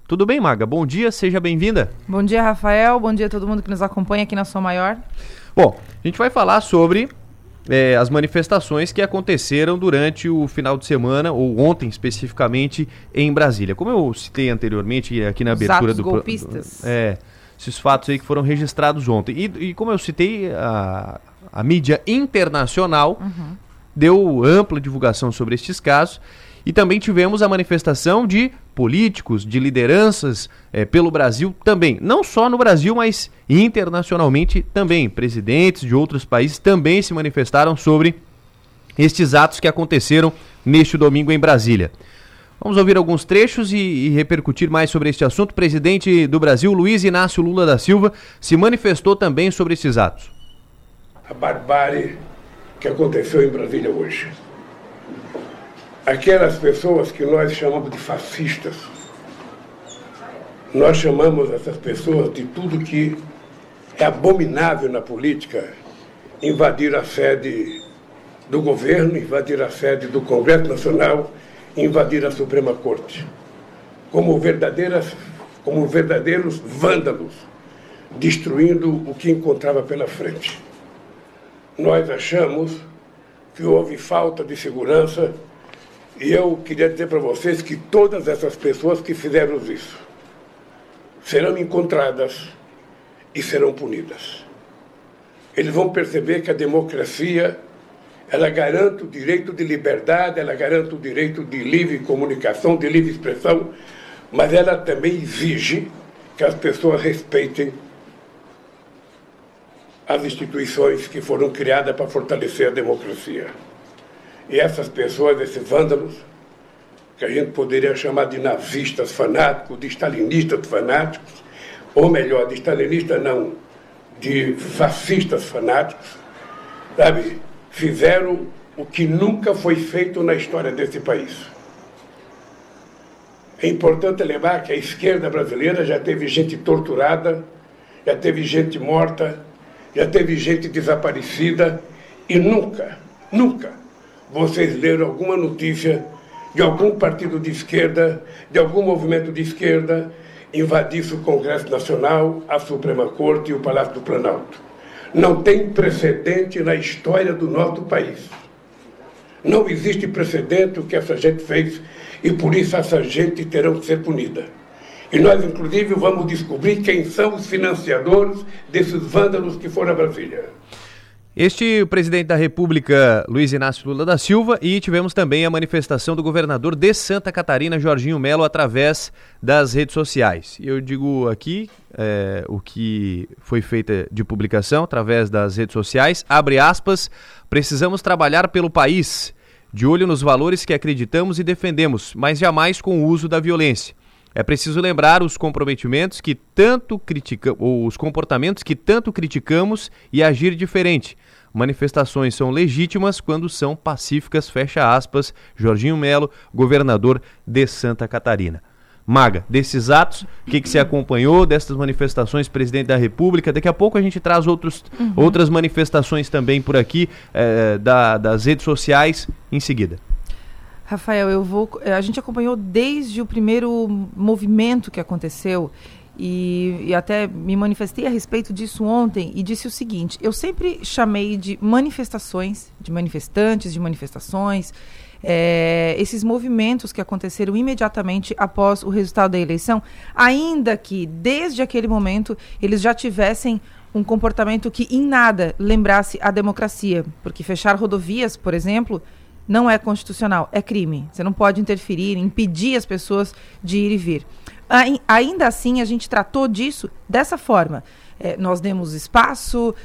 Tudo bem, Maga? Bom dia, seja bem-vinda. Bom dia, Rafael. Bom dia a todo mundo que nos acompanha aqui na Som Maior. Bom, a gente vai falar sobre as manifestações que aconteceram durante o final de semana, ou ontem especificamente, em Brasília. Como eu citei anteriormente aqui na abertura do golpistas. Esses fatos aí que foram registrados ontem. E como eu citei, a mídia internacional deu ampla divulgação sobre estes casos. E também tivemos a manifestação de políticos, de lideranças pelo Brasil também. Não só no Brasil, mas internacionalmente também. Presidentes de outros países também se manifestaram sobre estes atos que aconteceram neste domingo em Brasília. Vamos ouvir alguns trechos e repercutir mais sobre este assunto. O presidente do Brasil, Luiz Inácio Lula da Silva, se manifestou também sobre esses atos. A barbárie que aconteceu em Brasília hoje. Aquelas pessoas que nós chamamos de fascistas, nós chamamos essas pessoas de tudo que é abominável na política, invadir a sede do governo, invadir a sede do Congresso Nacional, invadir a Suprema Corte, como verdadeiros vândalos, destruindo o que encontrava pela frente. Nós achamos que houve falta de segurança. E eu queria dizer para vocês que todas essas pessoas que fizeram isso serão encontradas e serão punidas. Eles vão perceber que a democracia, ela garante o direito de liberdade, ela garante o direito de livre comunicação, de livre expressão, mas ela também exige que as pessoas respeitem as instituições que foram criadas para fortalecer a democracia. E essas pessoas, esses vândalos, que a gente poderia chamar de nazistas fanáticos, de stalinistas fanáticos, ou melhor, de stalinistas não, de fascistas fanáticos, sabe, fizeram o que nunca foi feito na história desse país. É importante lembrar que a esquerda brasileira já teve gente torturada, já teve gente morta, já teve gente desaparecida, e nunca vocês leram alguma notícia de algum partido de esquerda, de algum movimento de esquerda, invadisse o Congresso Nacional, a Suprema Corte e o Palácio do Planalto. Não tem precedente na história do nosso país. Não existe precedente o que essa gente fez e por isso essa gente terá que ser punida. E nós, inclusive, vamos descobrir quem são os financiadores desses vândalos que foram a Brasília. O presidente da República, Luiz Inácio Lula da Silva, e tivemos também a manifestação do governador de Santa Catarina, Jorginho Melo, através das redes sociais. Eu digo aqui o que foi feita de publicação através das redes sociais, abre aspas, precisamos trabalhar pelo país, de olho nos valores que acreditamos e defendemos, mas jamais com o uso da violência. É preciso lembrar os comprometimentos que tanto criticamos, ou os comportamentos que tanto criticamos e agir diferente. Manifestações são legítimas quando são pacíficas, fecha aspas, Jorginho Melo, governador de Santa Catarina. Maga, desses atos, o que você acompanhou, dessas manifestações, presidente da República? Daqui a pouco a gente traz outras manifestações também por aqui, das redes sociais, em seguida. Rafael, a gente acompanhou desde o primeiro movimento que aconteceu e até me manifestei a respeito disso ontem e disse o seguinte, eu sempre chamei de manifestações, de manifestantes, de manifestações, esses movimentos que aconteceram imediatamente após o resultado da eleição, ainda que desde aquele momento eles já tivessem um comportamento que em nada lembrasse a democracia, porque fechar rodovias, por exemplo, não é constitucional, é crime. Você não pode interferir, impedir as pessoas de ir e vir. Ainda assim, a gente tratou disso dessa forma. Nós demos espaço,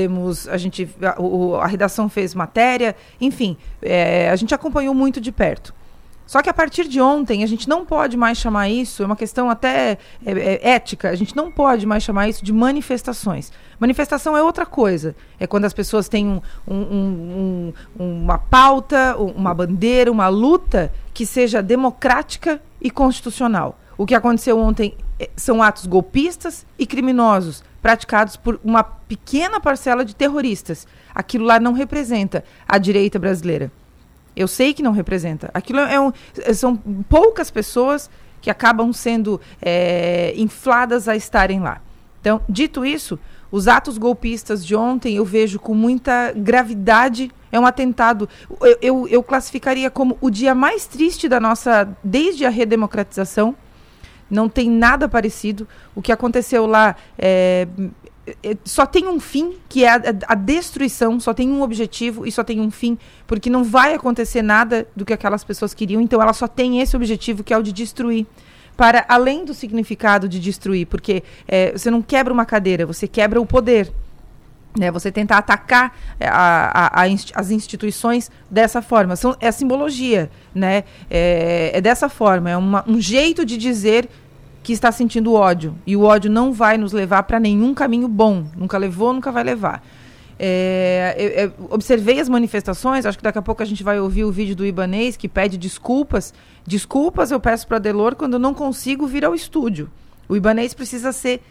a redação fez matéria, enfim, a gente acompanhou muito de perto. Só que a partir de ontem, a gente não pode mais chamar isso, é uma questão até ética, a gente não pode mais chamar isso de manifestações. Manifestação é outra coisa, é quando as pessoas têm uma pauta, uma bandeira, uma luta que seja democrática e constitucional. O que aconteceu ontem são atos golpistas e criminosos, praticados por uma pequena parcela de terroristas. Aquilo lá não representa a direita brasileira. Eu sei que não representa. Aquilo são poucas pessoas que acabam sendo infladas a estarem lá. Então, dito isso, os atos golpistas de ontem eu vejo com muita gravidade. É um atentado. Eu classificaria como o dia mais triste da nossa, desde a redemocratização. Não tem nada parecido. O que aconteceu lá só tem um fim, que é a destruição, só tem um objetivo e só tem um fim, porque não vai acontecer nada do que aquelas pessoas queriam, então ela só tem esse objetivo, que é o de destruir. Para além do significado de destruir, porque você não quebra uma cadeira, você quebra o poder. Né? Você tenta atacar as instituições dessa forma. É simbologia, né? É dessa forma, é um jeito de dizer que está sentindo ódio. E o ódio não vai nos levar para nenhum caminho bom. Nunca levou, nunca vai levar. Eu observei as manifestações, acho que daqui a pouco a gente vai ouvir o vídeo do Ibanez, que pede desculpas. Desculpas eu peço para a Delor quando eu não consigo vir ao estúdio. O Ibanez precisa ser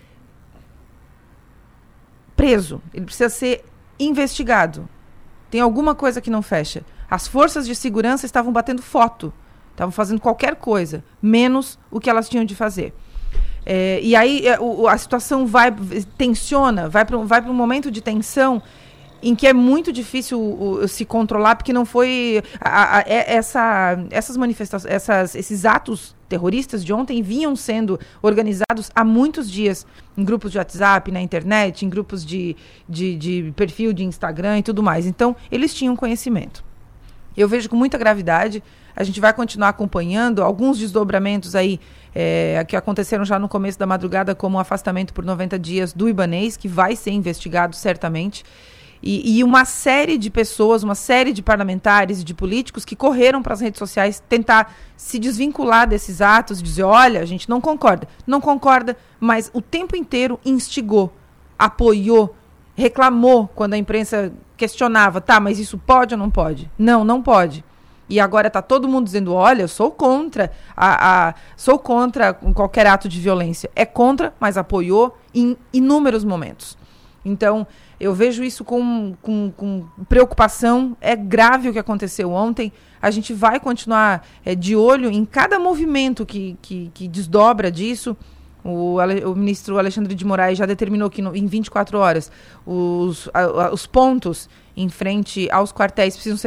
preso, ele precisa ser investigado. Tem alguma coisa que não fecha. As forças de segurança estavam batendo foto, estavam fazendo qualquer coisa, menos o que elas tinham de fazer. E aí a situação tensiona, vai para um momento de tensão em que é muito difícil se controlar, porque não foi essas manifestações, esses atos terroristas de ontem vinham sendo organizados há muitos dias em grupos de WhatsApp, na internet, em grupos de perfil de Instagram e tudo mais. Então, eles tinham conhecimento. Eu vejo com muita gravidade, a gente vai continuar acompanhando alguns desdobramentos aí que aconteceram já no começo da madrugada, como o afastamento por 90 dias do Ibanez, que vai ser investigado certamente. E uma série de pessoas, uma série de parlamentares e de políticos que correram para as redes sociais tentar se desvincular desses atos, dizer, olha, a gente não concorda. Não concorda, mas o tempo inteiro instigou, apoiou, reclamou quando a imprensa questionava, tá, mas isso pode ou não pode? Não, não pode. E agora está todo mundo dizendo, olha, eu sou contra, sou contra qualquer ato de violência. É contra, mas apoiou em inúmeros momentos. Então, eu vejo isso com preocupação. É grave o que aconteceu ontem. A gente vai continuar de olho em cada movimento que desdobra disso. O ministro Alexandre de Moraes já determinou que em 24 horas os pontos em frente aos quartéis precisam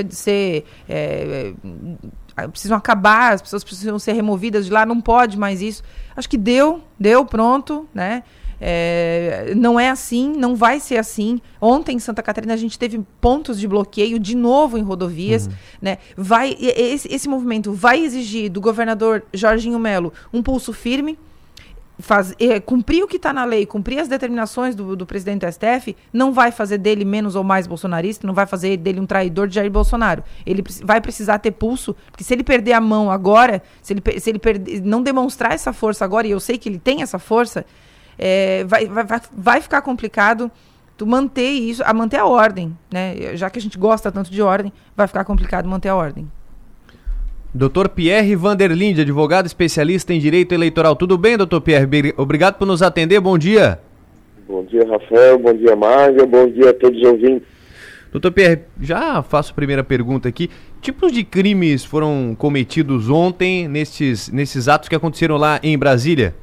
precisam acabar, as pessoas precisam ser removidas de lá, não pode mais isso. Acho que deu, pronto, né? Não é assim, não vai ser assim. Ontem em Santa Catarina a gente teve pontos de bloqueio de novo em rodovias, né? Esse movimento vai exigir do governador Jorginho Melo um pulso firme, cumprir o que está na lei, cumprir as determinações do presidente do STF. Não vai fazer dele menos ou mais bolsonarista, não vai fazer dele um traidor de Jair Bolsonaro. Ele vai precisar ter pulso, porque se ele perder a mão agora, se ele não demonstrar essa força agora, e eu sei que ele tem essa força, vai ficar complicado manter a ordem, né? Já que a gente gosta tanto de ordem, vai ficar complicado manter a ordem. Dr. Pierre Vanderlinde, advogado especialista em direito eleitoral. Tudo bem, doutor Pierre? Obrigado por nos atender. Bom dia. Bom dia, Rafael. Bom dia, Márcia. Bom dia a todos os ouvintes. Doutor Pierre, já faço a primeira pergunta aqui. Tipos de crimes foram cometidos ontem nesses atos que aconteceram lá em Brasília?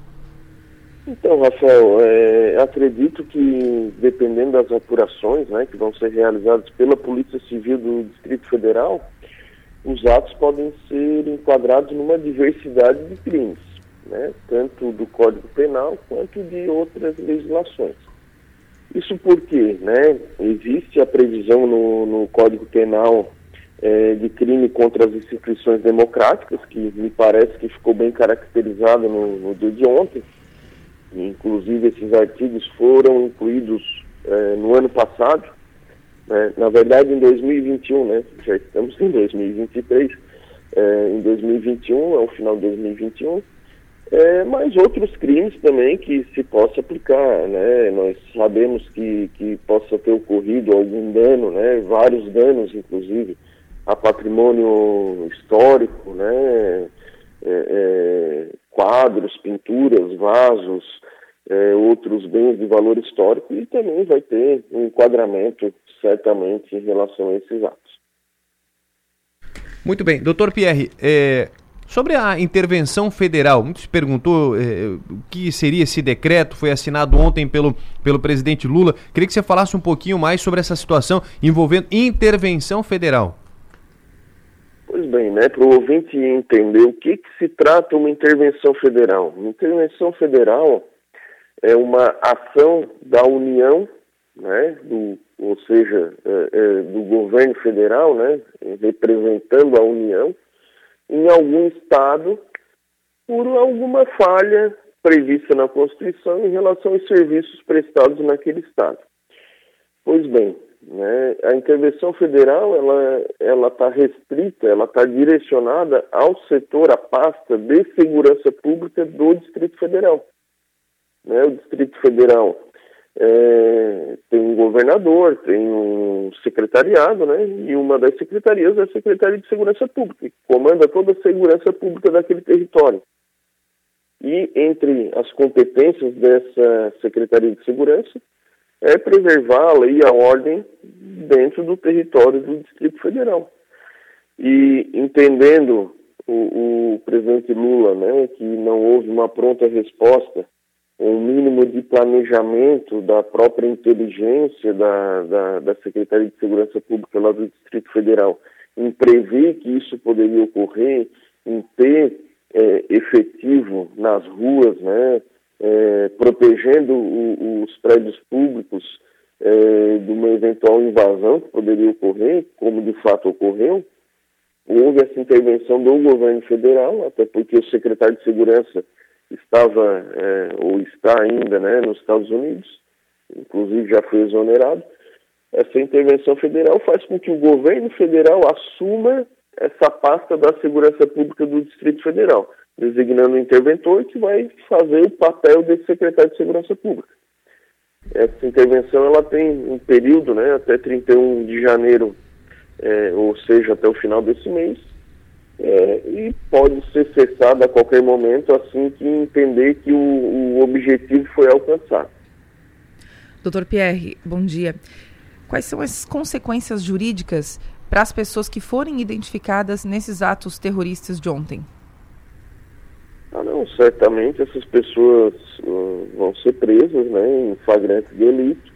Então, Rafael, acredito que, dependendo das apurações, né, que vão ser realizadas pela Polícia Civil do Distrito Federal, os atos podem ser enquadrados numa diversidade de crimes, né, tanto do Código Penal quanto de outras legislações. Isso porque, né, existe a previsão no Código Penal de crime contra as instituições democráticas, que me parece que ficou bem caracterizado no dia de ontem. Inclusive, esses artigos foram incluídos no ano passado, né? Na verdade, em 2021, né? Já estamos em 2023, em 2021, é o final de 2021, mas outros crimes também que se possa aplicar, né? Nós sabemos que possa ter ocorrido algum dano, né? Vários danos, inclusive, a patrimônio histórico, né? Quadros, pinturas, vasos, outros bens de valor histórico, e também vai ter um enquadramento, certamente, em relação a esses atos. Muito bem. Doutor Pierre, Sobre a intervenção federal, muito se perguntou o que seria esse decreto, foi assinado ontem pelo presidente Lula. Queria que você falasse um pouquinho mais sobre essa situação envolvendo intervenção federal. Pois bem, né, para o ouvinte entender o que se trata uma intervenção federal. Uma intervenção federal é uma ação da União, né, ou seja, do governo federal, né, representando a União, em algum estado por alguma falha prevista na Constituição em relação aos serviços prestados naquele estado. Pois bem, né, a intervenção federal ela está restrita, ela está direcionada ao setor, à pasta de segurança pública do Distrito Federal. Né, o Distrito Federal tem um governador, tem um secretariado, né? E uma das secretarias é a Secretaria de Segurança Pública, que comanda toda a segurança pública daquele território. E entre as competências dessa Secretaria de Segurança é preservar a lei e a ordem dentro do território do Distrito Federal. E entendendo o presidente Lula, né, que não houve uma pronta resposta, um mínimo de planejamento da própria inteligência da Secretaria de Segurança Pública lá do Distrito Federal, em prever que isso poderia ocorrer, em ter efetivo nas ruas, né, protegendo os prédios públicos de uma eventual invasão que poderia ocorrer, como de fato ocorreu. Houve essa intervenção do governo federal, até porque o secretário de Segurança estava, ou está ainda, né, nos Estados Unidos, inclusive já foi exonerado. Essa intervenção federal faz com que o governo federal assuma essa pasta da segurança pública do Distrito Federal, designando um interventor que vai fazer o papel desse secretário de Segurança Pública. Essa intervenção ela tem um período, né, até 31 de janeiro, ou seja, até o final desse mês, e pode ser cessada a qualquer momento assim que entender que o objetivo foi alcançado. Dr. Pierre, bom dia. Quais são as consequências jurídicas para as pessoas que forem identificadas nesses atos terroristas de ontem? Certamente essas pessoas vão ser presas, né, em flagrante delito,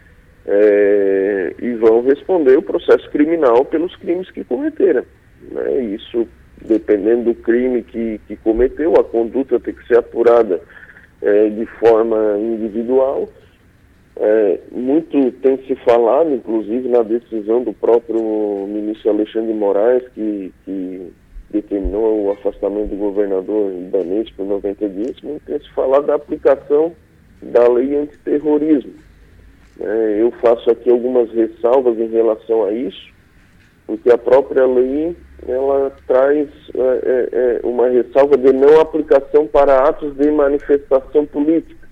e vão responder o processo criminal pelos crimes que cometeram. Né? Isso, dependendo do crime que cometeu, a conduta tem que ser apurada de forma individual. Muito tem se falado, inclusive, na decisão do próprio ministro Alexandre de Moraes, que determinou o afastamento do governador Ibanez por 90 dias, muito tem se falado da aplicação da lei antiterrorismo. Eu faço aqui algumas ressalvas em relação a isso, porque a própria lei ela traz uma ressalva de não aplicação para atos de manifestação política,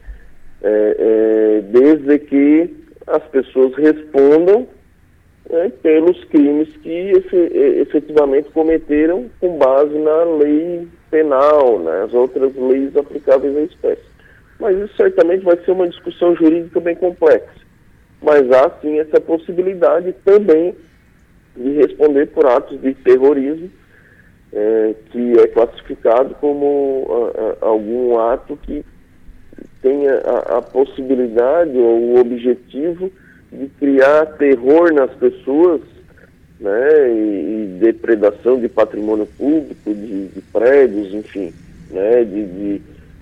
desde que as pessoas respondam pelos crimes que efetivamente cometeram com base na lei penal, nas outras leis aplicáveis à espécie. Mas isso certamente vai ser uma discussão jurídica bem complexa. Mas há sim essa possibilidade também de responder por atos de terrorismo, que é classificado como algum ato que tenha a possibilidade ou o objetivo de criar terror nas pessoas, né, e depredação de patrimônio público, de prédios, enfim, né, de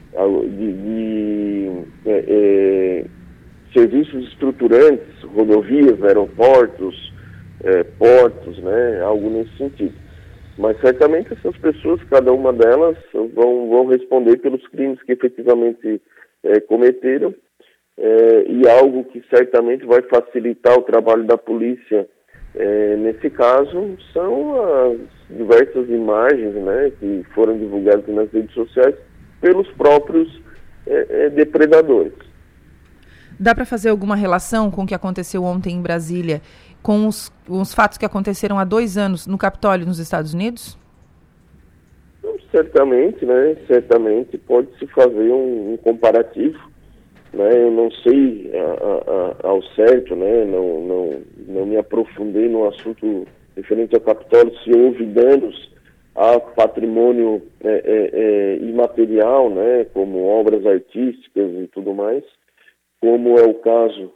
serviços estruturantes, rodovias, aeroportos, portos, né, algo nesse sentido. Mas certamente essas pessoas, cada uma delas, vão responder pelos crimes que efetivamente cometeram, e algo que certamente vai facilitar o trabalho da polícia nesse caso são as diversas imagens, né, que foram divulgadas nas redes sociais pelos próprios depredadores. Dá para fazer alguma relação com o que aconteceu ontem em Brasília com os fatos que aconteceram há 2 anos no Capitólio, nos Estados Unidos? Certamente, né? Certamente pode-se fazer um comparativo. Né? Eu não sei ao certo, né? Não me aprofundei no assunto referente ao Capitólio, se houve danos há patrimônio imaterial, né, como obras artísticas e tudo mais, como é o caso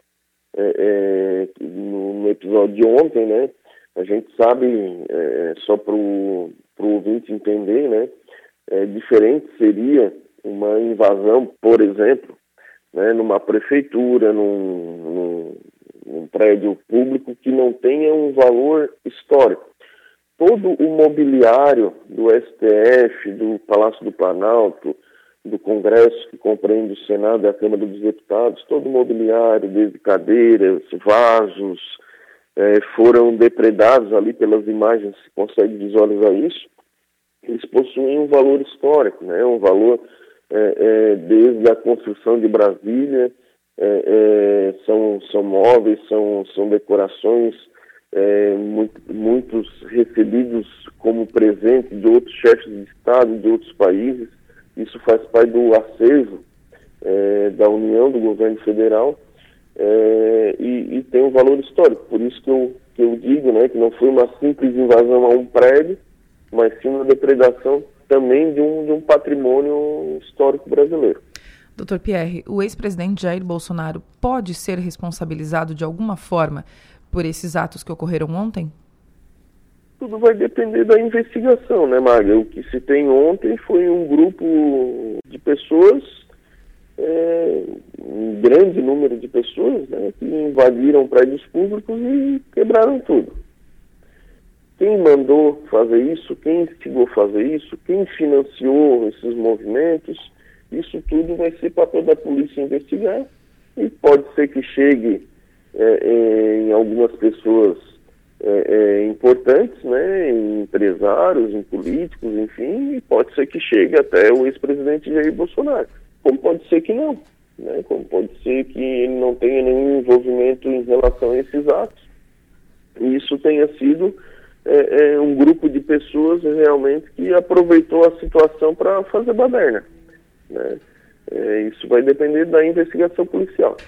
no episódio de ontem, né? A gente sabe, só para o ouvinte entender, né? Diferente seria uma invasão, por exemplo, né, numa prefeitura, num prédio público que não tenha um valor histórico. Todo o mobiliário do STF, do Palácio do Planalto, do Congresso, que compreende o Senado e a Câmara dos Deputados, todo o mobiliário, desde cadeiras, vasos, foram depredados ali pelas imagens, se consegue visualizar isso. Eles possuem um valor histórico, né? Um valor desde a construção de Brasília, são móveis, são decorações, muitos recebidos como presente de outros chefes de Estado, de outros países. Isso faz parte do acervo da União, do governo federal, e tem um valor histórico. Por isso que eu digo, né, que não foi uma simples invasão a um prédio, mas sim uma depredação também de um patrimônio histórico brasileiro. Dr. Pierre, o ex-presidente Jair Bolsonaro pode ser responsabilizado de alguma forma por esses atos que ocorreram ontem? Tudo vai depender da investigação, né, Maga? O que se tem ontem foi um grupo de pessoas, um grande número de pessoas, né, que invadiram prédios públicos e quebraram tudo. Quem mandou fazer isso, quem instigou fazer isso, quem financiou esses movimentos, isso tudo vai ser papel da polícia investigar, e pode ser que chegue em algumas pessoas importantes, né, em empresários, em políticos, enfim, e pode ser que chegue até o ex-presidente Jair Bolsonaro. Como pode ser que não, né, como pode ser que ele não tenha nenhum envolvimento em relação a esses atos. E isso tenha sido um grupo de pessoas realmente que aproveitou a situação para fazer baderna, né? Isso vai depender da investigação policial.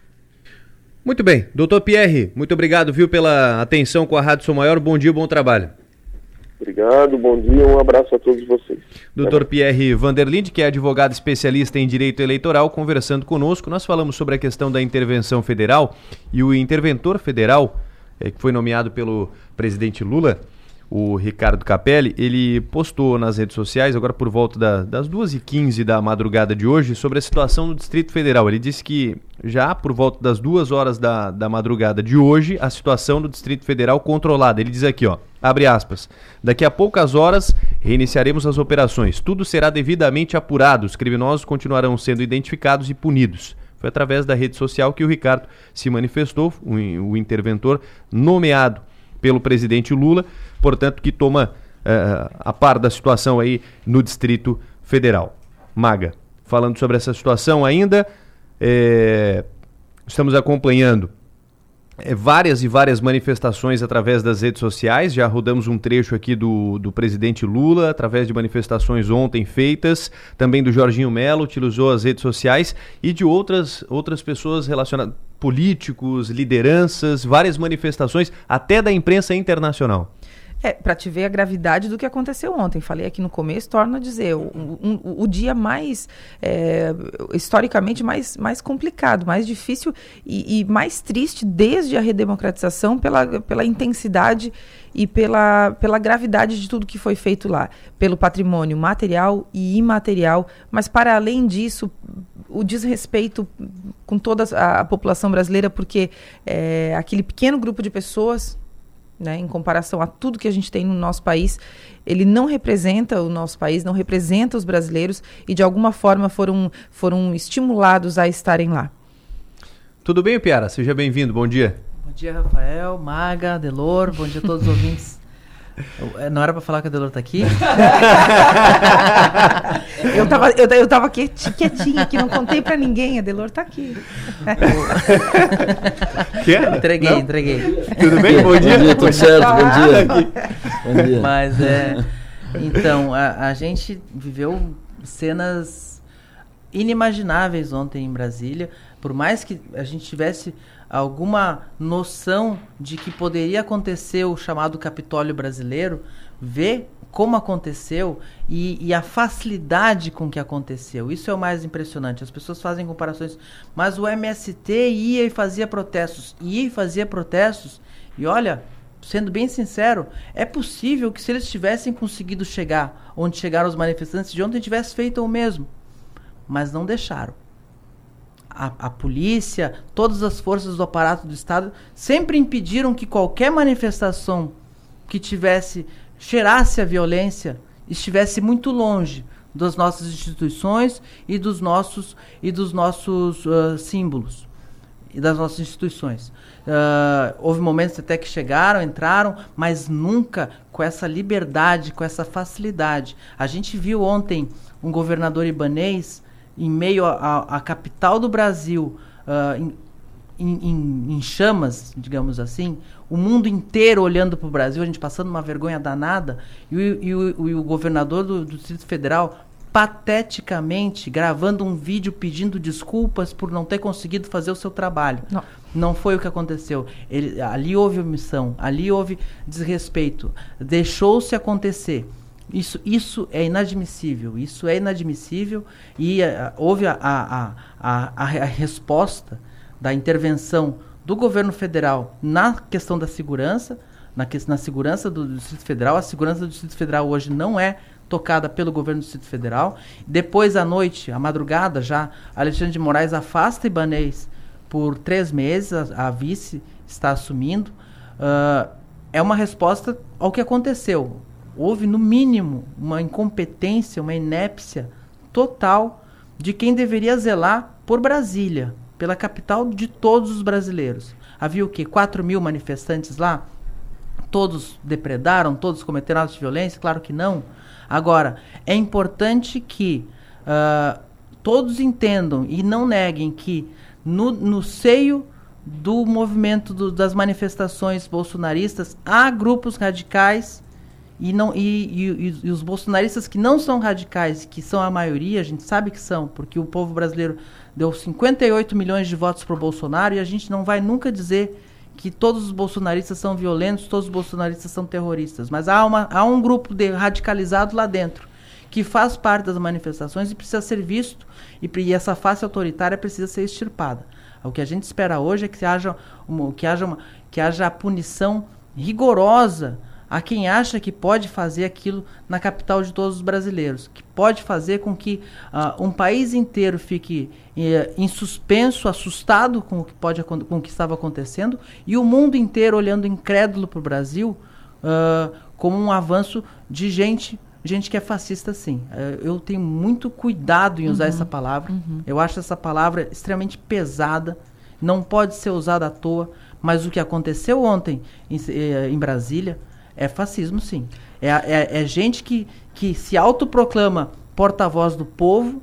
Muito bem. Doutor Pierre, muito obrigado, viu, pela atenção com a Rádio Som Maior. Bom dia, bom trabalho. Obrigado, bom dia, um abraço a todos vocês. Dr. Pierre Vanderlinde, que é advogado especialista em direito eleitoral, conversando conosco. Nós falamos sobre a questão da intervenção federal e o interventor federal, que foi nomeado pelo presidente Lula, o Ricardo Capelli, ele postou nas redes sociais, agora por volta das 2h15 da madrugada de hoje, sobre a situação no Distrito Federal. Ele disse que já por volta das 2 horas da madrugada de hoje, a situação do Distrito Federal controlada. Ele diz aqui, ó, abre aspas, daqui a poucas horas reiniciaremos as operações. Tudo será devidamente apurado, os criminosos continuarão sendo identificados e punidos. Foi através da rede social que o Ricardo se manifestou, o interventor nomeado pelo presidente Lula, portanto, que toma a par da situação aí no Distrito Federal. Maga, falando sobre essa situação ainda, estamos acompanhando várias e várias manifestações através das redes sociais. Já rodamos um trecho aqui do presidente Lula, através de manifestações ontem feitas, também do Jorginho Mello, utilizou as redes sociais, e de outras pessoas relacionadas, políticos, lideranças, várias manifestações, até da imprensa internacional. Para te ver a gravidade do que aconteceu ontem. Falei aqui no começo, torno a dizer, o dia mais, historicamente, mais complicado, mais difícil e mais triste desde a redemocratização pela intensidade e pela gravidade de tudo que foi feito lá, pelo patrimônio material e imaterial, mas para além disso, o desrespeito com toda a população brasileira, porque aquele pequeno grupo de pessoas, né, em comparação a tudo que a gente tem no nosso país, ele não representa o nosso país, não representa os brasileiros e de alguma forma foram estimulados a estarem lá. Tudo bem, Piara? Seja bem-vindo, bom dia. Bom dia, Rafael, Maga, Adelor, bom dia a todos os ouvintes. Não era pra falar que a Adelor tá aqui? Eu tava quietinha aqui, não contei pra ninguém, a Adelor tá aqui. Entreguei. Tudo bem? Bom dia. Bom dia, tudo certo, bom dia. Mas então, a gente viveu cenas inimagináveis ontem em Brasília. Por mais que a gente tivesse alguma noção de que poderia acontecer o chamado Capitólio brasileiro, ver como aconteceu e a facilidade com que aconteceu. Isso é o mais impressionante. As pessoas fazem comparações, mas o MST ia e fazia protestos. E olha, sendo bem sincero, é possível que se eles tivessem conseguido chegar onde chegaram os manifestantes de ontem, tivesse feito o mesmo. Mas não deixaram. A polícia, todas as forças do aparato do Estado sempre impediram que qualquer manifestação que cheirasse a violência estivesse muito longe das nossas instituições e dos nossos símbolos e das nossas instituições. Houve momentos até que entraram, mas nunca com essa liberdade, com essa facilidade. A gente viu ontem um governador ibanês em meio à capital do Brasil, em chamas, digamos assim, o mundo inteiro olhando para o Brasil, a gente passando uma vergonha danada, e o governador do Distrito Federal pateticamente gravando um vídeo pedindo desculpas por não ter conseguido fazer o seu trabalho. Não foi o que aconteceu. Ali houve omissão, ali houve desrespeito, deixou-se acontecer. Isso é inadmissível, e houve a resposta da intervenção do governo federal na questão da segurança, na segurança do Distrito Federal. A segurança do Distrito Federal hoje não é tocada pelo governo do Distrito Federal. Depois, à noite, à madrugada já, Alexandre de Moraes afasta Ibanez por 3 meses, a vice está assumindo. É uma resposta ao que aconteceu. Houve, no mínimo, uma incompetência, uma inépcia total de quem deveria zelar por Brasília, pela capital de todos os brasileiros. Havia o quê? 4 mil manifestantes lá? Todos depredaram? Todos cometeram atos de violência? Claro que não. Agora, é importante que todos entendam e não neguem que no seio do movimento das manifestações bolsonaristas há grupos radicais e os bolsonaristas que não são radicais, que são a maioria, a gente sabe que são, porque o povo brasileiro deu 58 milhões de votos para o Bolsonaro, e a gente não vai nunca dizer que todos os bolsonaristas são violentos, todos os bolsonaristas são terroristas, mas há um grupo radicalizado lá dentro, que faz parte das manifestações e precisa ser visto, e essa face autoritária precisa ser extirpada. O que a gente espera hoje é que haja a punição rigorosa a quem acha que pode fazer aquilo na capital de todos os brasileiros, que pode fazer com que um país inteiro fique em suspenso, assustado com o que estava acontecendo, e o mundo inteiro olhando incrédulo para o Brasil como um avanço de gente que é fascista, sim. Eu tenho muito cuidado em usar essa palavra. Eu acho essa palavra extremamente pesada, não pode ser usada à toa, mas o que aconteceu ontem em Brasília é fascismo, sim. É gente que se autoproclama porta-voz do povo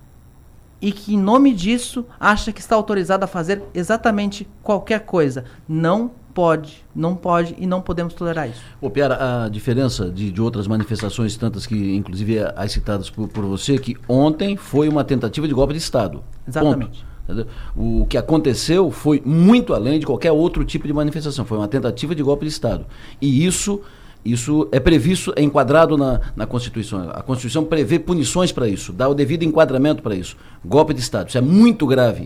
e que, em nome disso, acha que está autorizado a fazer exatamente qualquer coisa. Não pode e não podemos tolerar isso. Piara, a diferença de outras manifestações, tantas que, inclusive, as citadas por você, que ontem foi uma tentativa de golpe de Estado. Exatamente. Ponto. O que aconteceu foi muito além de qualquer outro tipo de manifestação. Foi uma tentativa de golpe de Estado. E isso é previsto, é enquadrado na Constituição. A Constituição prevê punições para isso, dá o devido enquadramento para isso. Golpe de Estado. Isso é muito grave.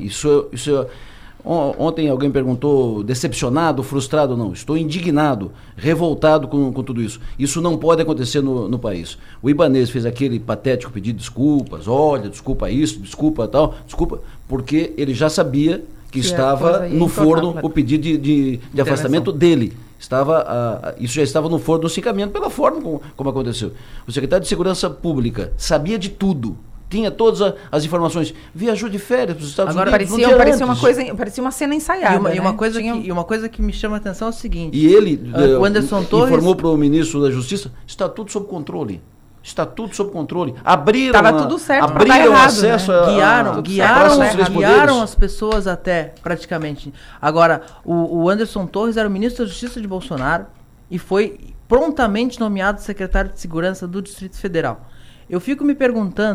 Ontem alguém perguntou, decepcionado, frustrado? Não, estou indignado, revoltado com tudo isso. Isso não pode acontecer no país. O Ibanez fez aquele patético pedido de desculpas, desculpa isso, desculpa tal, desculpa, porque ele já sabia que estava no forno o pedido de afastamento dele. Isso já estava no forno, no cincamento, pela forma como aconteceu. O secretário de Segurança Pública sabia de tudo. Tinha todas as informações, viajou de férias para os Estados Unidos. Parecia uma cena ensaiada. E uma coisa que me chama a atenção é o seguinte. E ele o Anderson Torres informou para o ministro da Justiça, está tudo sob controle. Está tudo sob controle. Estava tudo certo. Abriram acesso, né? Guiaram as pessoas até, praticamente. Agora, o Anderson Torres era o ministro da Justiça de Bolsonaro e foi prontamente nomeado secretário de Segurança do Distrito Federal. Eu fico me perguntando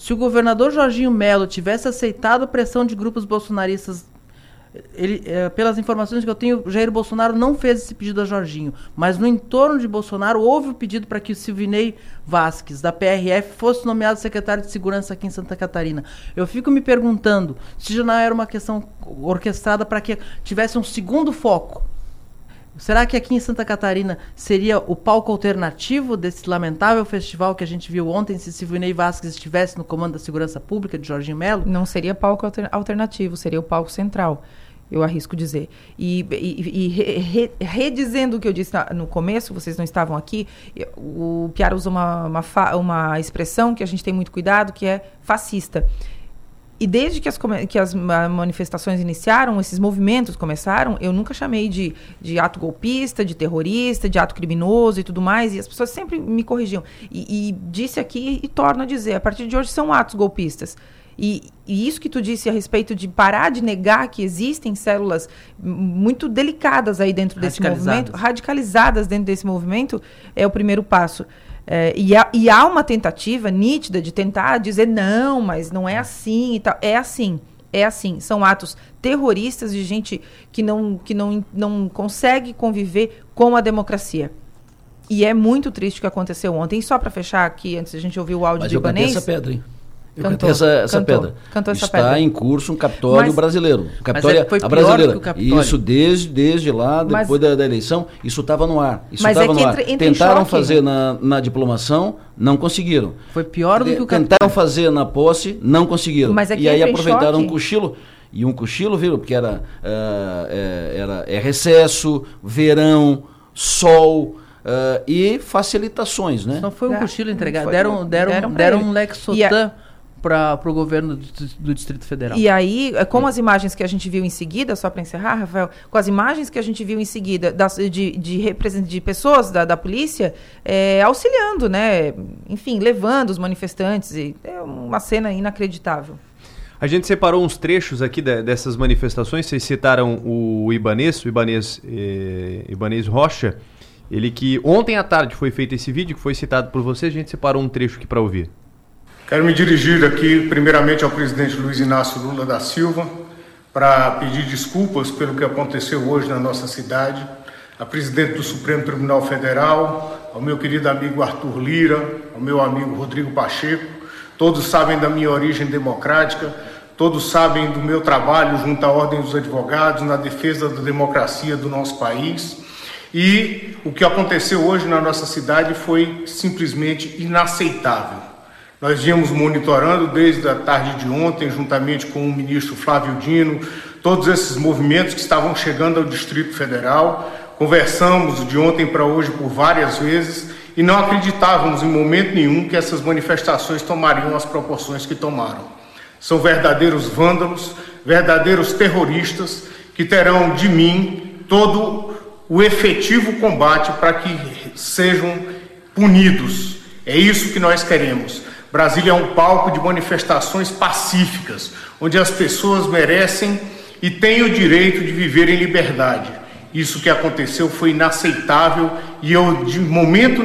Se o governador Jorginho Melo tivesse aceitado a pressão de grupos bolsonaristas, pelas informações que eu tenho, Jair Bolsonaro não fez esse pedido a Jorginho, mas no entorno de Bolsonaro houve o pedido para que o Silvinei Vasquez, da PRF, fosse nomeado secretário de Segurança aqui em Santa Catarina. Eu fico me perguntando se já não era uma questão orquestrada para que tivesse um segundo foco. Será que aqui em Santa Catarina seria o palco alternativo desse lamentável festival que a gente viu ontem, se Silvinei Vasquez estivesse no comando da Segurança Pública de Jorginho Melo? Não seria palco alternativo, seria o palco central, eu arrisco dizer. Redizendo o que eu disse no começo, vocês não estavam aqui, o Piara usa uma expressão que a gente tem muito cuidado, que é fascista. E desde que as manifestações iniciaram, esses movimentos começaram, eu nunca chamei de ato golpista, de terrorista, de ato criminoso e tudo mais, e as pessoas sempre me corrigiam. E disse aqui e torno a dizer, a partir de hoje são atos golpistas. E isso que tu disse a respeito de parar de negar que existem células muito delicadas aí dentro desse movimento, radicalizadas dentro desse movimento, é o primeiro passo. E há uma tentativa nítida de tentar dizer não, mas não é assim e tal. É assim. São atos terroristas de gente que não consegue conviver com a democracia. E é muito triste o que aconteceu ontem. E só para fechar aqui, antes a gente ouvir o áudio do Ibanez... Mas eu cantei essa pedra, hein? Cantou essa Está pedra. em curso um Capitólio brasileiro. Foi a pior brasileira. que o Capitólio. Isso desde lá, depois da eleição, isso estava no ar. Tentaram fazer na diplomação, não conseguiram. Foi pior do que o Capitólio. Tentaram fazer na posse, não conseguiram. E aí aproveitaram um cochilo. E um cochilo, viu? Porque era recesso, verão, sol... e facilitações, né? Não foi um cochilo entregado. Deram um Lexotan para o governo do Distrito Federal. E aí, com as imagens que a gente viu em seguida, só para encerrar, Rafael, com as imagens que a gente viu em seguida de pessoas da polícia auxiliando, né? Enfim, levando os manifestantes. É uma cena inacreditável. A gente separou uns trechos aqui dessas manifestações. Vocês citaram o Ibanez Rocha. Ele que ontem à tarde foi feito esse vídeo, que foi citado por você, a gente separou um trecho aqui para ouvir. Quero me dirigir aqui, primeiramente, ao presidente Luiz Inácio Lula da Silva, para pedir desculpas pelo que aconteceu hoje na nossa cidade, a presidente do Supremo Tribunal Federal, ao meu querido amigo Arthur Lira, ao meu amigo Rodrigo Pacheco. Todos sabem da minha origem democrática, todos sabem do meu trabalho junto à Ordem dos Advogados na defesa da democracia do nosso país. E o que aconteceu hoje na nossa cidade foi simplesmente inaceitável. Nós viemos monitorando desde a tarde de ontem, juntamente com o ministro Flávio Dino, todos esses movimentos que estavam chegando ao Distrito Federal. Conversamos de ontem para hoje por várias vezes e não acreditávamos em momento nenhum que essas manifestações tomariam as proporções que tomaram. São verdadeiros vândalos, verdadeiros terroristas que terão de mim todo o efetivo combate para que sejam punidos. É isso que nós queremos. Brasília é um palco de manifestações pacíficas, onde as pessoas merecem e têm o direito de viver em liberdade. Isso que aconteceu foi inaceitável e eu, em momento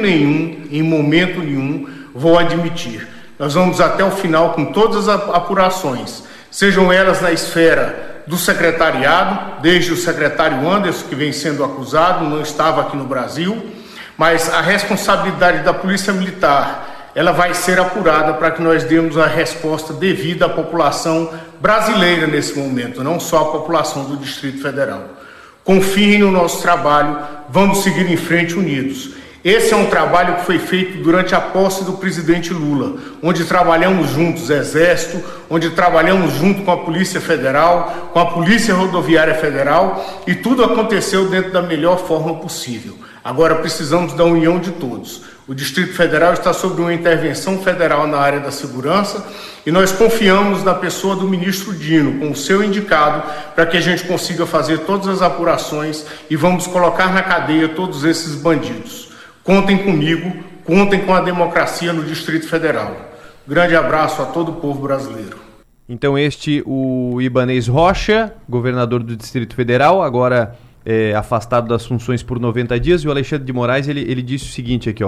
nenhum, vou admitir. Nós vamos até o final com todas as apurações, sejam elas na esfera do secretariado, desde o secretário Anderson, que vem sendo acusado, não estava aqui no Brasil, mas a responsabilidade da Polícia Militar, ela vai ser apurada para que nós demos a resposta devida à população brasileira nesse momento, não só a população do Distrito Federal. Confiem no nosso trabalho, vamos seguir em frente unidos. Esse é um trabalho que foi feito durante a posse do presidente Lula, onde trabalhamos juntos, Exército, onde trabalhamos junto com a Polícia Federal, com a Polícia Rodoviária Federal, e tudo aconteceu dentro da melhor forma possível. Agora precisamos da união de todos. O Distrito Federal está sob uma intervenção federal na área da segurança e nós confiamos na pessoa do ministro Dino, com o seu indicado, para que a gente consiga fazer todas as apurações e vamos colocar na cadeia todos esses bandidos. Contem comigo, contem com a democracia no Distrito Federal. Grande abraço a todo o povo brasileiro. Então o Ibanez Rocha, governador do Distrito Federal, agora afastado das funções por 90 dias, e o Alexandre de Moraes, ele disse o seguinte aqui, ó.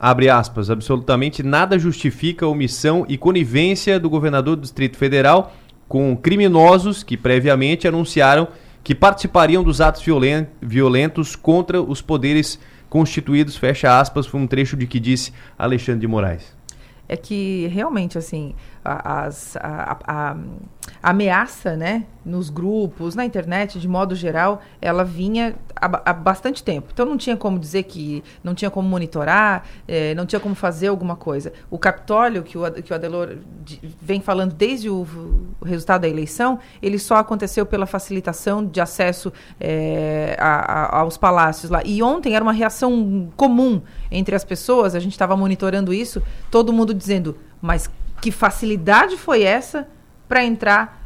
abre aspas, absolutamente nada justifica a omissão e conivência do governador do Distrito Federal com criminosos que previamente anunciaram que participariam dos atos violentos contra os poderes constituídos, fecha aspas, foi um trecho de que disse Alexandre de Moraes. É que realmente, assim, a ameaça, né, nos grupos, na internet, de modo geral, ela vinha há bastante tempo. Então não tinha como dizer que não tinha como monitorar, não tinha como fazer alguma coisa. O Capitólio, que o Adelor vem falando desde o resultado da eleição, ele só aconteceu pela facilitação de acesso aos palácios lá. E ontem era uma reação comum entre as pessoas, a gente estava monitorando isso, todo mundo dizendo, mas que facilidade foi essa para entrar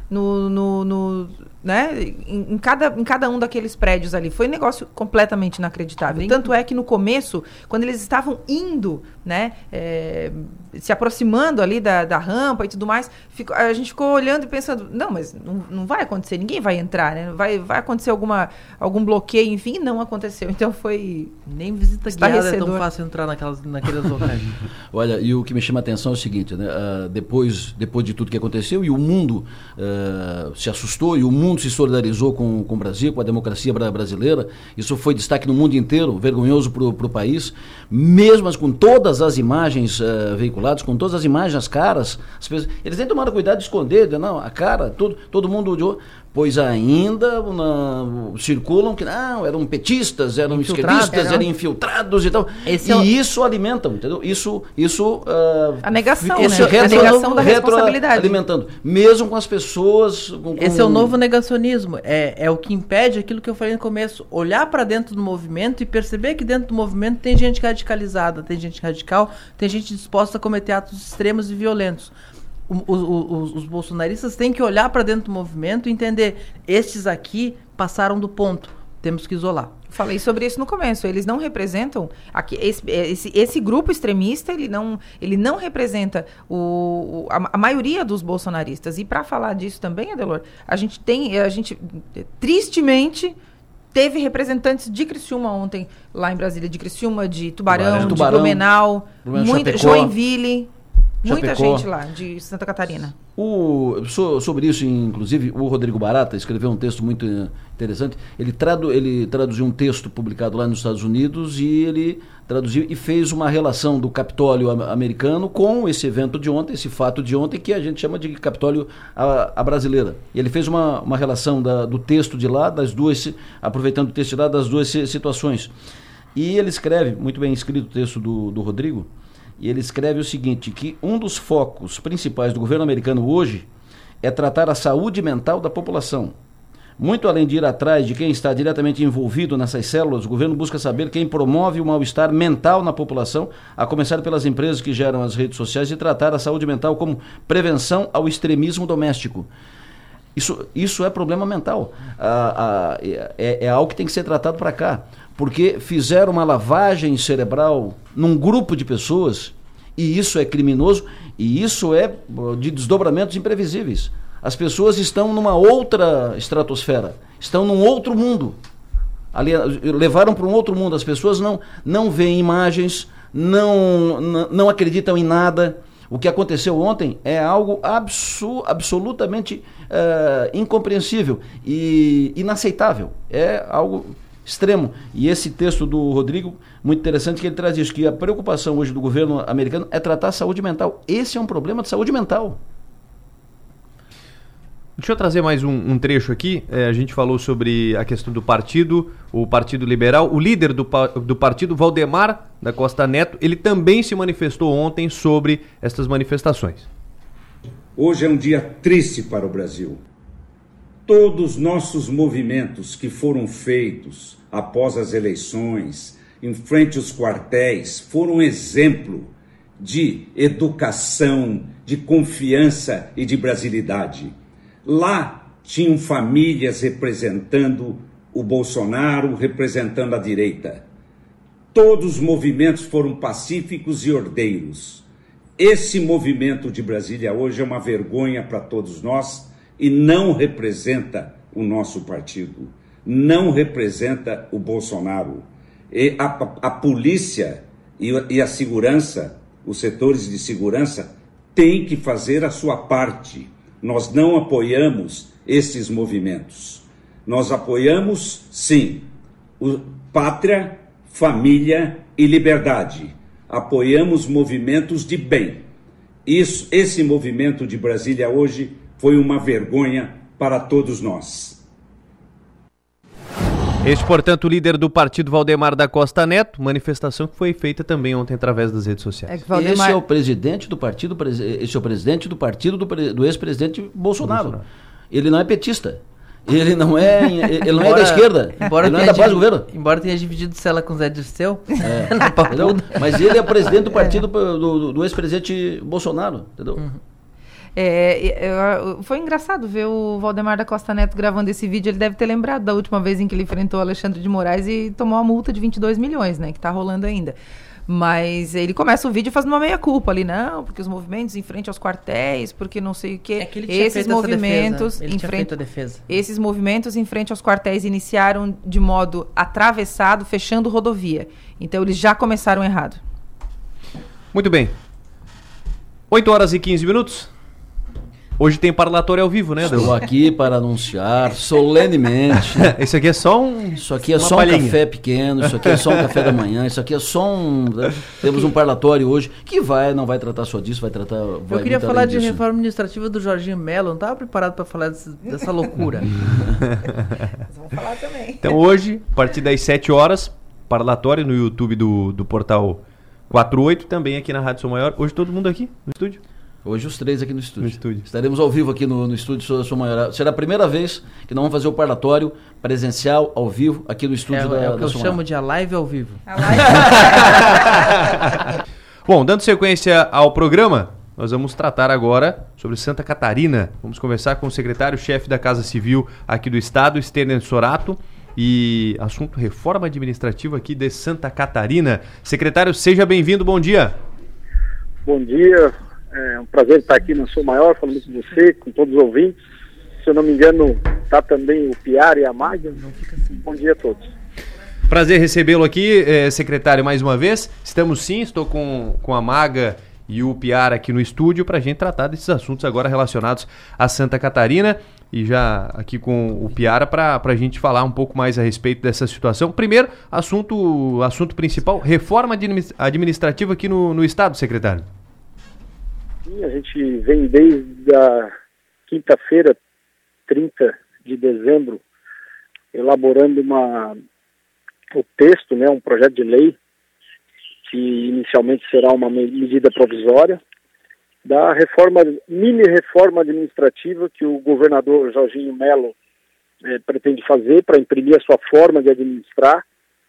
né, em cada um daqueles prédios ali? Foi um negócio completamente inacreditável. Tanto é que no começo, quando eles estavam indo, né, se aproximando ali da rampa e tudo mais, a gente ficou olhando e pensando, não, mas não vai acontecer, ninguém vai entrar, né? Vai acontecer algum bloqueio, enfim, não aconteceu. Então foi... Nem visita guiada é tão fácil entrar naqueles locais. Olha, e o que me chama a atenção é o seguinte, né? Depois de tudo que aconteceu, e o mundo se assustou, e o mundo se solidarizou com o Brasil, com a democracia brasileira, isso foi destaque no mundo inteiro, vergonhoso para o país, mesmo com todas as imagens veiculadas, com todas as imagens, as caras, as pessoas, eles nem tomaram cuidado de esconder, não, a cara, todo mundo... Pois ainda circulam que não, eram petistas, eram esquerdistas, eram infiltrados e tal. Isso alimenta, entendeu? Isso a negação, né? A negação da responsabilidade. Alimentando, mesmo com as pessoas... Esse é o novo negacionismo. É o que impede aquilo que eu falei no começo, olhar para dentro do movimento e perceber que dentro do movimento tem gente radicalizada, tem gente radical, tem gente disposta a cometer atos extremos e violentos. Os bolsonaristas têm que olhar para dentro do movimento e entender, estes aqui passaram do ponto, temos que isolar. Falei sobre isso no começo, eles não representam, esse grupo extremista, ele não representa a maioria dos bolsonaristas. E para falar disso também, Adelor, a gente tristemente teve representantes de Criciúma ontem, lá em Brasília, de Criciúma, de Tubarão, de Blumenau, Joinville... Muita gente lá, de Santa Catarina. Sobre isso, inclusive, o Rodrigo Barata escreveu um texto muito interessante. Ele traduziu um texto publicado lá nos Estados Unidos e ele traduziu e fez uma relação do Capitólio americano com esse evento de ontem, esse fato de ontem, que a gente chama de Capitólio a brasileira. E ele fez uma relação do texto de lá, aproveitando o texto de lá, das duas situações. E ele escreve, muito bem escrito o texto do Rodrigo, e ele escreve o seguinte, que um dos focos principais do governo americano hoje é tratar a saúde mental da população. Muito além de ir atrás de quem está diretamente envolvido nessas células, o governo busca saber quem promove o mal-estar mental na população, a começar pelas empresas que geram as redes sociais, e tratar a saúde mental como prevenção ao extremismo doméstico. Isso é problema mental. É algo que tem que ser tratado para cá. Porque fizeram uma lavagem cerebral num grupo de pessoas, e isso é criminoso, e isso é de desdobramentos imprevisíveis. As pessoas estão numa outra estratosfera, estão num outro mundo. Levaram para um outro mundo. As pessoas não veem imagens, não acreditam em nada. O que aconteceu ontem é algo absolutamente incompreensível e inaceitável. É algo extremo. E esse texto do Rodrigo, muito interessante, que ele traz isso, que a preocupação hoje do governo americano é tratar a saúde mental. Esse é um problema de saúde mental. Deixa eu trazer mais um trecho aqui. A gente falou sobre a questão do partido, o Partido Liberal. O líder do partido, Valdemar da Costa Neto, ele também se manifestou ontem sobre essas manifestações. Hoje é um dia triste para o Brasil. Todos os nossos movimentos que foram feitos após as eleições, em frente aos quartéis, foram um exemplo de educação, de confiança e de brasilidade. Lá tinham famílias representando o Bolsonaro, representando a direita. Todos os movimentos foram pacíficos e ordeiros. Esse movimento de Brasília hoje é uma vergonha para todos nós e não representa o nosso partido, não representa o Bolsonaro. E a polícia E a segurança, os setores de segurança, têm que fazer a sua parte. Nós não apoiamos esses movimentos. Nós apoiamos, sim, pátria, família e liberdade. Apoiamos movimentos de bem. Esse movimento de Brasília hoje foi uma vergonha para todos nós. Este, portanto, o líder do partido, Valdemar da Costa Neto, manifestação que foi feita também ontem através das redes sociais. Esse é o presidente do partido, esse é o presidente do partido do ex-presidente Bolsonaro. Ele não é petista. Ele não é da esquerda. Ele não é da base do governo. Embora tenha dividido cela com o Zé Dirceu. Mas ele é presidente do partido do ex-presidente Bolsonaro. Entendeu? Uhum. Foi engraçado ver o Valdemar da Costa Neto gravando esse vídeo. Ele deve ter lembrado da última vez em que ele enfrentou Alexandre de Moraes e tomou uma multa de 22 milhões, né? Que tá rolando ainda. Mas ele começa o vídeo fazendo uma meia-culpa ali, não, porque os movimentos em frente aos quartéis, porque não sei o quê. É que ele tinha feito essa defesa. Ele tinha feito a defesa. Esses movimentos em frente aos quartéis iniciaram de modo atravessado, fechando rodovia. Então eles já começaram errado. Muito bem. 8 horas e 15 minutos. Hoje tem parlatório ao vivo, né, Adão? Estou aqui para anunciar solenemente. Isso aqui é só um... Isso aqui é só um café pequeno, isso aqui é só um café da manhã, isso aqui é só um... Temos um parlatório hoje que não vai tratar só disso, vai tratar... Eu queria falar de reforma administrativa do Jorginho Mello, não estava preparado para falar dessa loucura. Vamos falar também. Então hoje, a partir das 7 horas, parlatório no YouTube do Portal 48, também aqui na Rádio Som Maior. Hoje todo mundo aqui no estúdio? Hoje os 3 aqui no estúdio. Estaremos ao vivo aqui no estúdio Som Maior. Será a primeira vez que nós vamos fazer o parlatório presencial, ao vivo, aqui no estúdio da o que eu chamo de a live ao vivo. Bom, dando sequência ao programa, nós vamos tratar agora sobre Santa Catarina. Vamos conversar com o secretário-chefe da Casa Civil aqui do estado, Stênio Sorato, e assunto reforma administrativa aqui de Santa Catarina. Secretário, seja bem-vindo, bom dia. Bom dia. É um prazer estar aqui no Som Maior, falando com você, com todos os ouvintes. Se eu não me engano, está também o Piara e a Maga. Bom dia a todos. Prazer recebê-lo aqui, secretário, mais uma vez. Estou com a Maga e o Piara aqui no estúdio para a gente tratar desses assuntos agora relacionados a Santa Catarina. E já aqui com o Piara para a gente falar um pouco mais a respeito dessa situação. Primeiro, assunto principal, reforma administrativa aqui no estado, secretário. Sim, a gente vem desde a quinta-feira, 30 de dezembro, elaborando o texto, né, um projeto de lei, que inicialmente será uma medida provisória, da mini-reforma administrativa que o governador Jorginho Mello pretende fazer para imprimir a sua forma de administrar,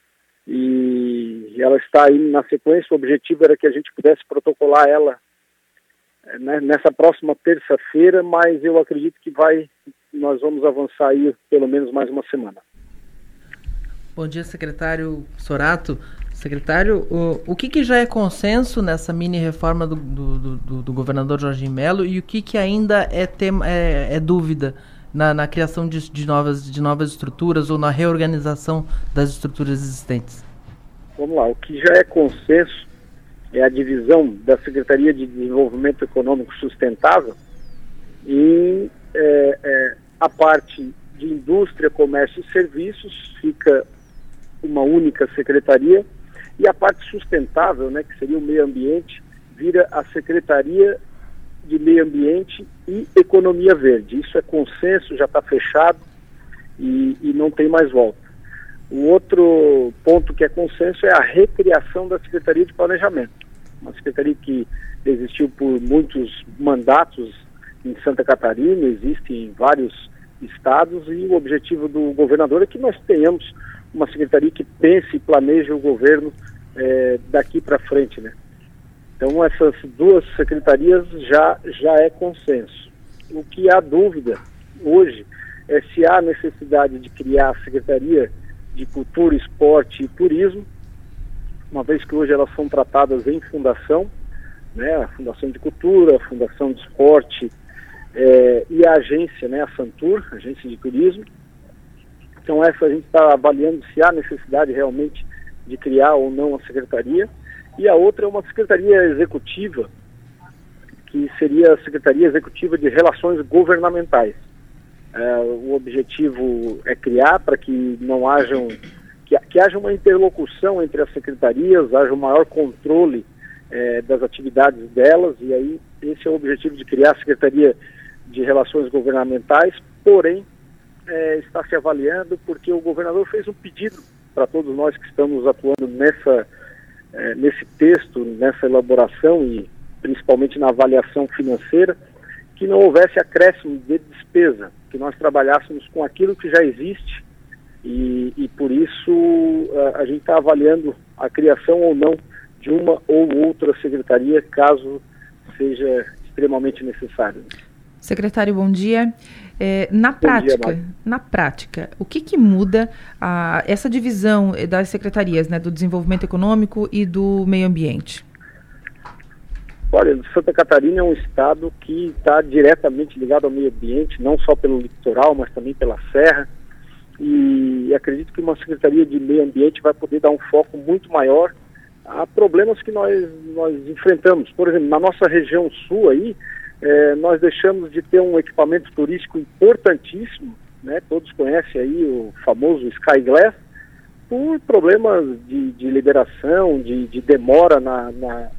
e ela está aí na sequência. O objetivo era que a gente pudesse protocolar ela nessa próxima terça-feira, mas eu acredito que nós vamos avançar aí pelo menos mais uma semana. Bom dia, secretário Sorato. Secretário, o que já é consenso nessa mini-reforma do governador Jorginho Mello e o que ainda é dúvida na criação de novas estruturas ou na reorganização das estruturas existentes? Vamos lá, o que já é consenso é a divisão da Secretaria de Desenvolvimento Econômico Sustentável em a parte de Indústria, Comércio e Serviços, fica uma única secretaria, e a parte sustentável, né, que seria o meio ambiente, vira a Secretaria de Meio Ambiente e Economia Verde. Isso é consenso, já está fechado e não tem mais volta. O outro ponto que é consenso é a recriação da Secretaria de Planejamento. Uma secretaria que existiu por muitos mandatos em Santa Catarina, existe em vários estados, e o objetivo do governador é que nós tenhamos uma secretaria que pense e planeje o governo daqui para frente, né? Então essas duas secretarias já é consenso. O que há dúvida hoje é se há necessidade de criar a Secretaria de Cultura, Esporte e Turismo, uma vez que hoje elas são tratadas em fundação, né, a Fundação de Cultura, a Fundação de Esporte e a agência, né, a Santur, Agência de Turismo. Então essa a gente está avaliando se há necessidade realmente de criar ou não a secretaria, e a outra é uma secretaria executiva, que seria a Secretaria Executiva de Relações Governamentais. O objetivo é criar para que não hajam, que haja uma interlocução entre as secretarias, haja um maior controle das atividades delas, e aí esse é o objetivo de criar a Secretaria de Relações Governamentais, porém está se avaliando porque o governador fez um pedido para todos nós que estamos atuando nesse texto, nessa elaboração e principalmente na avaliação financeira, que não houvesse acréscimo de despesa, que nós trabalhássemos com aquilo que já existe e por isso a gente está avaliando a criação ou não de uma ou outra secretaria, caso seja extremamente necessário. Secretário, bom dia. Na prática, o que muda essa divisão das secretarias, né, do desenvolvimento econômico e do meio ambiente? Olha, Santa Catarina é um estado que está diretamente ligado ao meio ambiente, não só pelo litoral, mas também pela serra, e acredito que uma Secretaria de Meio Ambiente vai poder dar um foco muito maior a problemas que nós enfrentamos. Por exemplo, na nossa região sul aí, nós deixamos de ter um equipamento turístico importantíssimo, né? Todos conhecem aí o famoso Sky Glass, por problemas de liberação, de demora na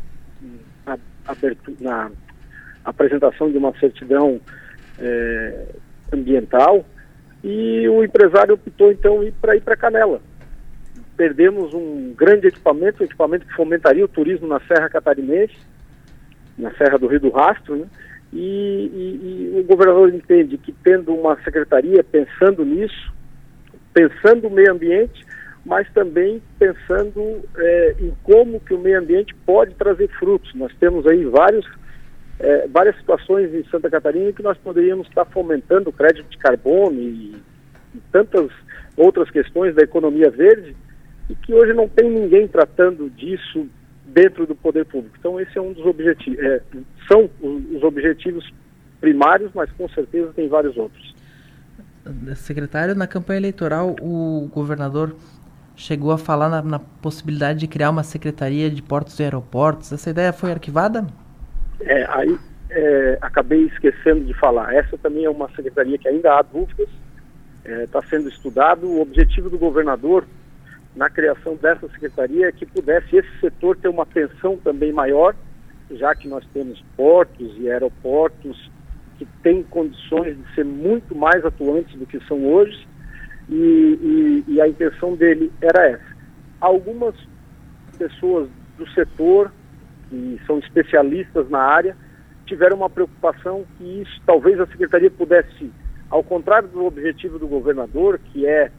apresentação de uma certidão ambiental, e o empresário optou então ir para Canela. Perdemos um grande equipamento, um equipamento que fomentaria o turismo na Serra Catarinense, na Serra do Rio do Rastro, né? E o governador entende que tendo uma secretaria pensando nisso, pensando no meio ambiente, mas também pensando em como que o meio ambiente pode trazer frutos. Nós temos aí várias situações em Santa Catarina que nós poderíamos estar fomentando o crédito de carbono e tantas outras questões da economia verde, e que hoje não tem ninguém tratando disso dentro do poder público. Então esse é um dos objetivos, são os objetivos primários, mas com certeza tem vários outros. Secretário, na campanha eleitoral o governador chegou a falar na possibilidade de criar uma secretaria de portos e aeroportos. Essa ideia foi arquivada? Acabei esquecendo de falar. Essa também é uma secretaria que ainda há dúvidas, está sendo estudado. O objetivo do governador na criação dessa secretaria é que pudesse esse setor ter uma atenção também maior, já que nós temos portos e aeroportos que têm condições de ser muito mais atuantes do que são hoje, e a intenção dele era essa. Algumas pessoas do setor, que são especialistas na área, tiveram uma preocupação que isso, talvez a secretaria pudesse, ao contrário do objetivo do governador, que é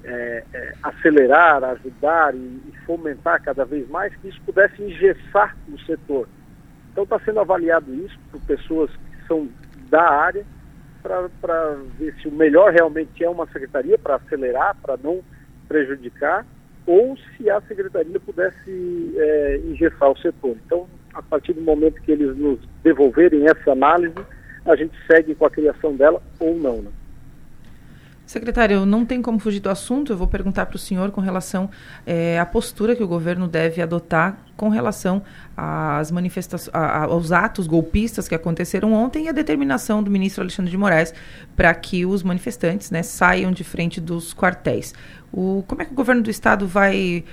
acelerar, ajudar e fomentar cada vez mais, que isso pudesse engessar o setor. Então está sendo avaliado isso por pessoas que são da área, para ver se o melhor realmente é uma secretaria para acelerar, para não prejudicar, ou se a secretaria pudesse engessar o setor. Então, a partir do momento que eles nos devolverem essa análise, a gente segue com a criação dela ou não, né? Secretário, não tem como fugir do assunto. Eu vou perguntar para o senhor com relação à postura que o governo deve adotar com relação às manifestações, aos atos golpistas que aconteceram ontem, e a determinação do ministro Alexandre de Moraes para que os manifestantes, né, saiam de frente dos quartéis. Como é que o governo do estado vai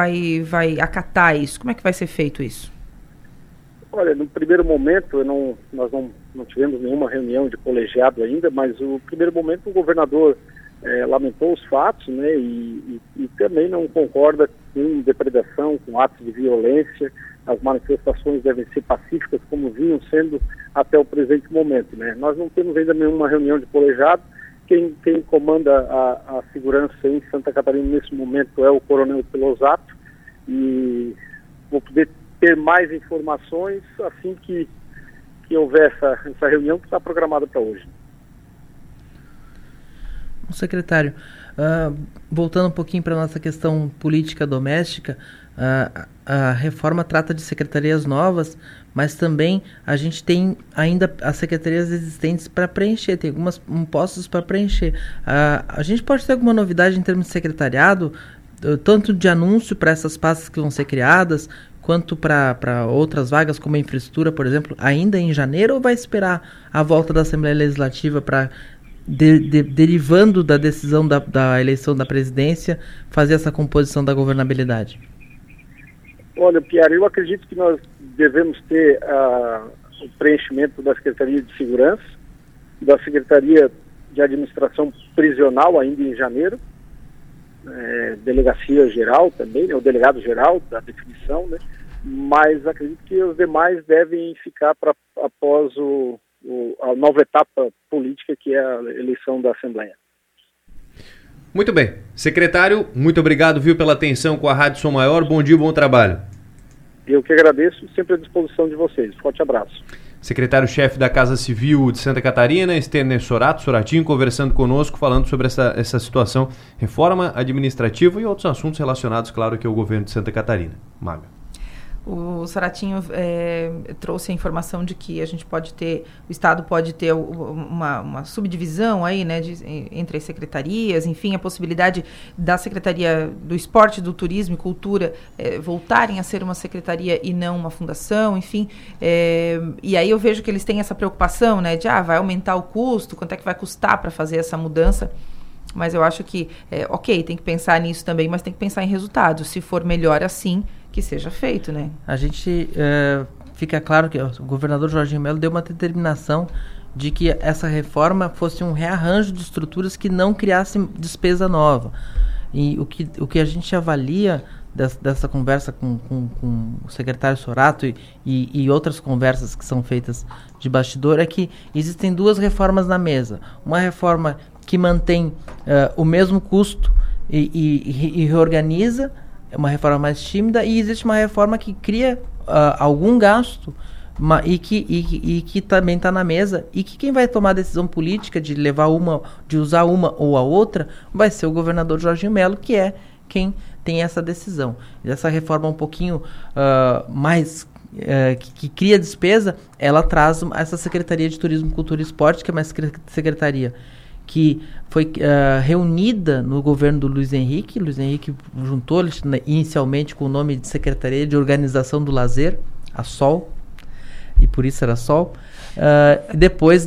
acatar isso? Como é que vai ser feito isso? Olha, no primeiro momento, nós não tivemos nenhuma reunião de colegiado ainda, mas no primeiro momento o governador lamentou os fatos, né, e também não concorda com depredação, com atos de violência. As manifestações devem ser pacíficas, como vinham sendo até o presente momento, né. Nós não temos ainda nenhuma reunião de colegiado. Quem comanda a segurança em Santa Catarina nesse momento é o Coronel Pelosato, e vou poder ter mais informações assim que houver essa reunião que está programada para hoje. Secretário, voltando um pouquinho para a nossa questão política doméstica, a reforma trata de secretarias novas, mas também a gente tem ainda as secretarias existentes para preencher, tem algumas postos para preencher. A gente pode ter alguma novidade em termos de secretariado? tanto de anúncio para essas pastas que vão ser criadas, quanto para outras vagas como a infraestrutura, por exemplo, ainda em janeiro, ou vai esperar a volta da Assembleia Legislativa para, derivando da decisão da eleição da presidência, fazer essa composição da governabilidade? Olha, Pierre, eu acredito que nós devemos ter o preenchimento da Secretaria de Segurança, da Secretaria de Administração Prisional ainda em janeiro, Delegacia Geral também, né, o Delegado Geral da definição, né, mas acredito que os demais devem ficar para após a nova etapa política, que é a eleição da Assembleia. Muito bem. Secretário, muito obrigado, pela atenção com a Rádio Som Maior. Bom dia, bom trabalho. Eu que agradeço, sempre à disposição de vocês. Forte abraço. Secretário-chefe da Casa Civil de Santa Catarina, Sterner Soratinho, conversando conosco, falando sobre essa situação, reforma administrativa e outros assuntos relacionados, claro, que ao governo de Santa Catarina. Maga. O Soratinho trouxe a informação de que a gente pode ter, o Estado pode ter uma subdivisão aí, né, entre as secretarias, enfim, a possibilidade da Secretaria do Esporte, do Turismo e Cultura voltarem a ser uma secretaria e não uma fundação, enfim, e aí eu vejo que eles têm essa preocupação, né, de vai aumentar o custo, quanto é que vai custar para fazer essa mudança. Mas eu acho que, tem que pensar nisso também, mas tem que pensar em resultados. Se for melhor assim, que seja feito, né? A gente, fica claro que o governador Jorginho Melo deu uma determinação de que essa reforma fosse um rearranjo de estruturas que não criasse despesa nova. E o que a gente avalia dessa conversa com o secretário Sorato e outras conversas que são feitas de bastidor é que existem duas reformas na mesa. Uma reforma que mantém o mesmo custo e reorganiza, é uma reforma mais tímida, e existe uma reforma que cria algum gasto e que também está na mesa, e que quem vai tomar a decisão política de usar uma ou a outra vai ser o governador Jorginho Melo, que é quem tem essa decisão. E essa reforma um pouquinho mais que cria despesa, ela traz essa Secretaria de Turismo, Cultura e Esporte, que é uma secretaria que foi reunida no governo do Luiz Henrique. Luiz Henrique juntou inicialmente com o nome de Secretaria de Organização do Lazer, a SOL, e por isso era SOL. Depois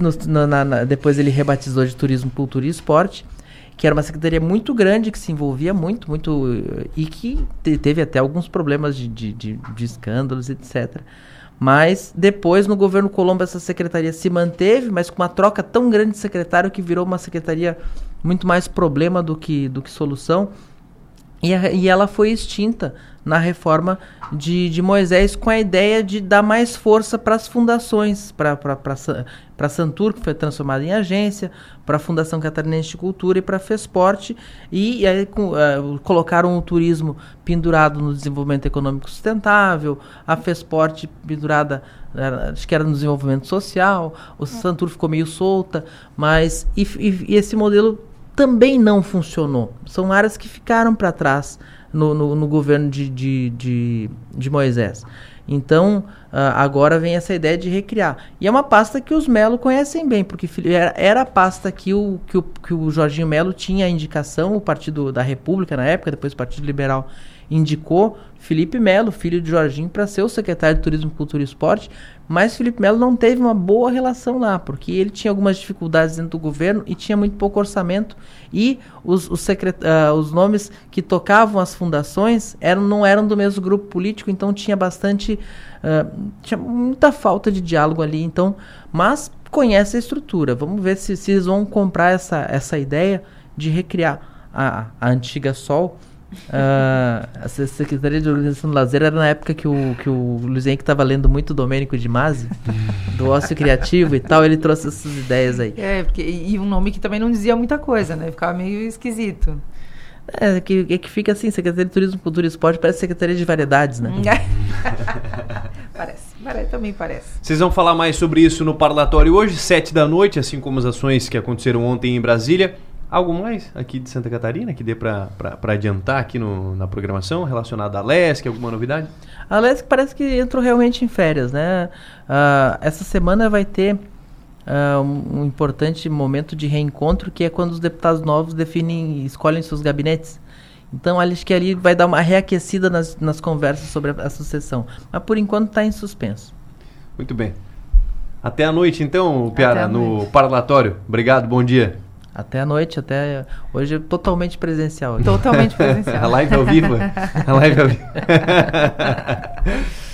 ele rebatizou de Turismo, Cultura e Esporte, que era uma secretaria muito grande, que se envolvia muito, e que teve até alguns problemas de escândalos, etc. Mas depois, no governo Colombo, essa secretaria se manteve, mas com uma troca tão grande de secretário que virou uma secretaria muito mais problema do que solução. E ela foi extinta na reforma de Moisés, com a ideia de dar mais força para as fundações, para a Santur, que foi transformada em agência, para a Fundação Catarinense de Cultura e para a FESPORT, e aí colocaram o turismo pendurado no desenvolvimento econômico sustentável, a FESPORT pendurada, acho que era no desenvolvimento social, o Santur ficou meio solta, mas e esse modelo também não funcionou. São áreas que ficaram para trás no governo de Moisés. Então, agora vem essa ideia de recriar. E é uma pasta que os Melo conhecem bem, porque era a pasta que o Jorginho Melo tinha a indicação, o Partido da República na época, depois o Partido Liberal indicou Felipe Melo, filho de Jorginho, para ser o secretário de Turismo, Cultura e Esporte, mas Felipe Melo não teve uma boa relação lá, porque ele tinha algumas dificuldades dentro do governo e tinha muito pouco orçamento, e os nomes que tocavam as fundações não eram do mesmo grupo político, então tinha tinha muita falta de diálogo ali, então, mas conhece a estrutura. Vamos ver se eles vão comprar essa ideia de recriar a antiga SOL. A Secretaria de Organização do Lazer era na época que o Luiz Henrique estava lendo muito Domênico de Masi, do ócio criativo e tal, ele trouxe essas ideias aí. E um nome que também não dizia muita coisa, né? Ficava meio esquisito. Que fica assim, Secretaria de Turismo, Cultura e Esporte, parece Secretaria de Variedades, né? Também parece. Vocês vão falar mais sobre isso no parlatório hoje, 19h, assim como as ações que aconteceram ontem em Brasília. Algo mais aqui de Santa Catarina que dê para adiantar aqui na programação relacionada à LESC, alguma novidade? A LESC parece que entrou realmente em férias, né? Essa semana vai ter um importante momento de reencontro, que é quando os deputados novos escolhem seus gabinetes. Então, acho que ali vai dar uma reaquecida nas conversas sobre a sucessão. Mas, por enquanto, está em suspenso. Muito bem. Até a noite, então, Piara, no parlatório. Obrigado, bom dia. Até a noite, hoje é totalmente presencial. Totalmente presencial. A live ao vivo. A live ao vivo.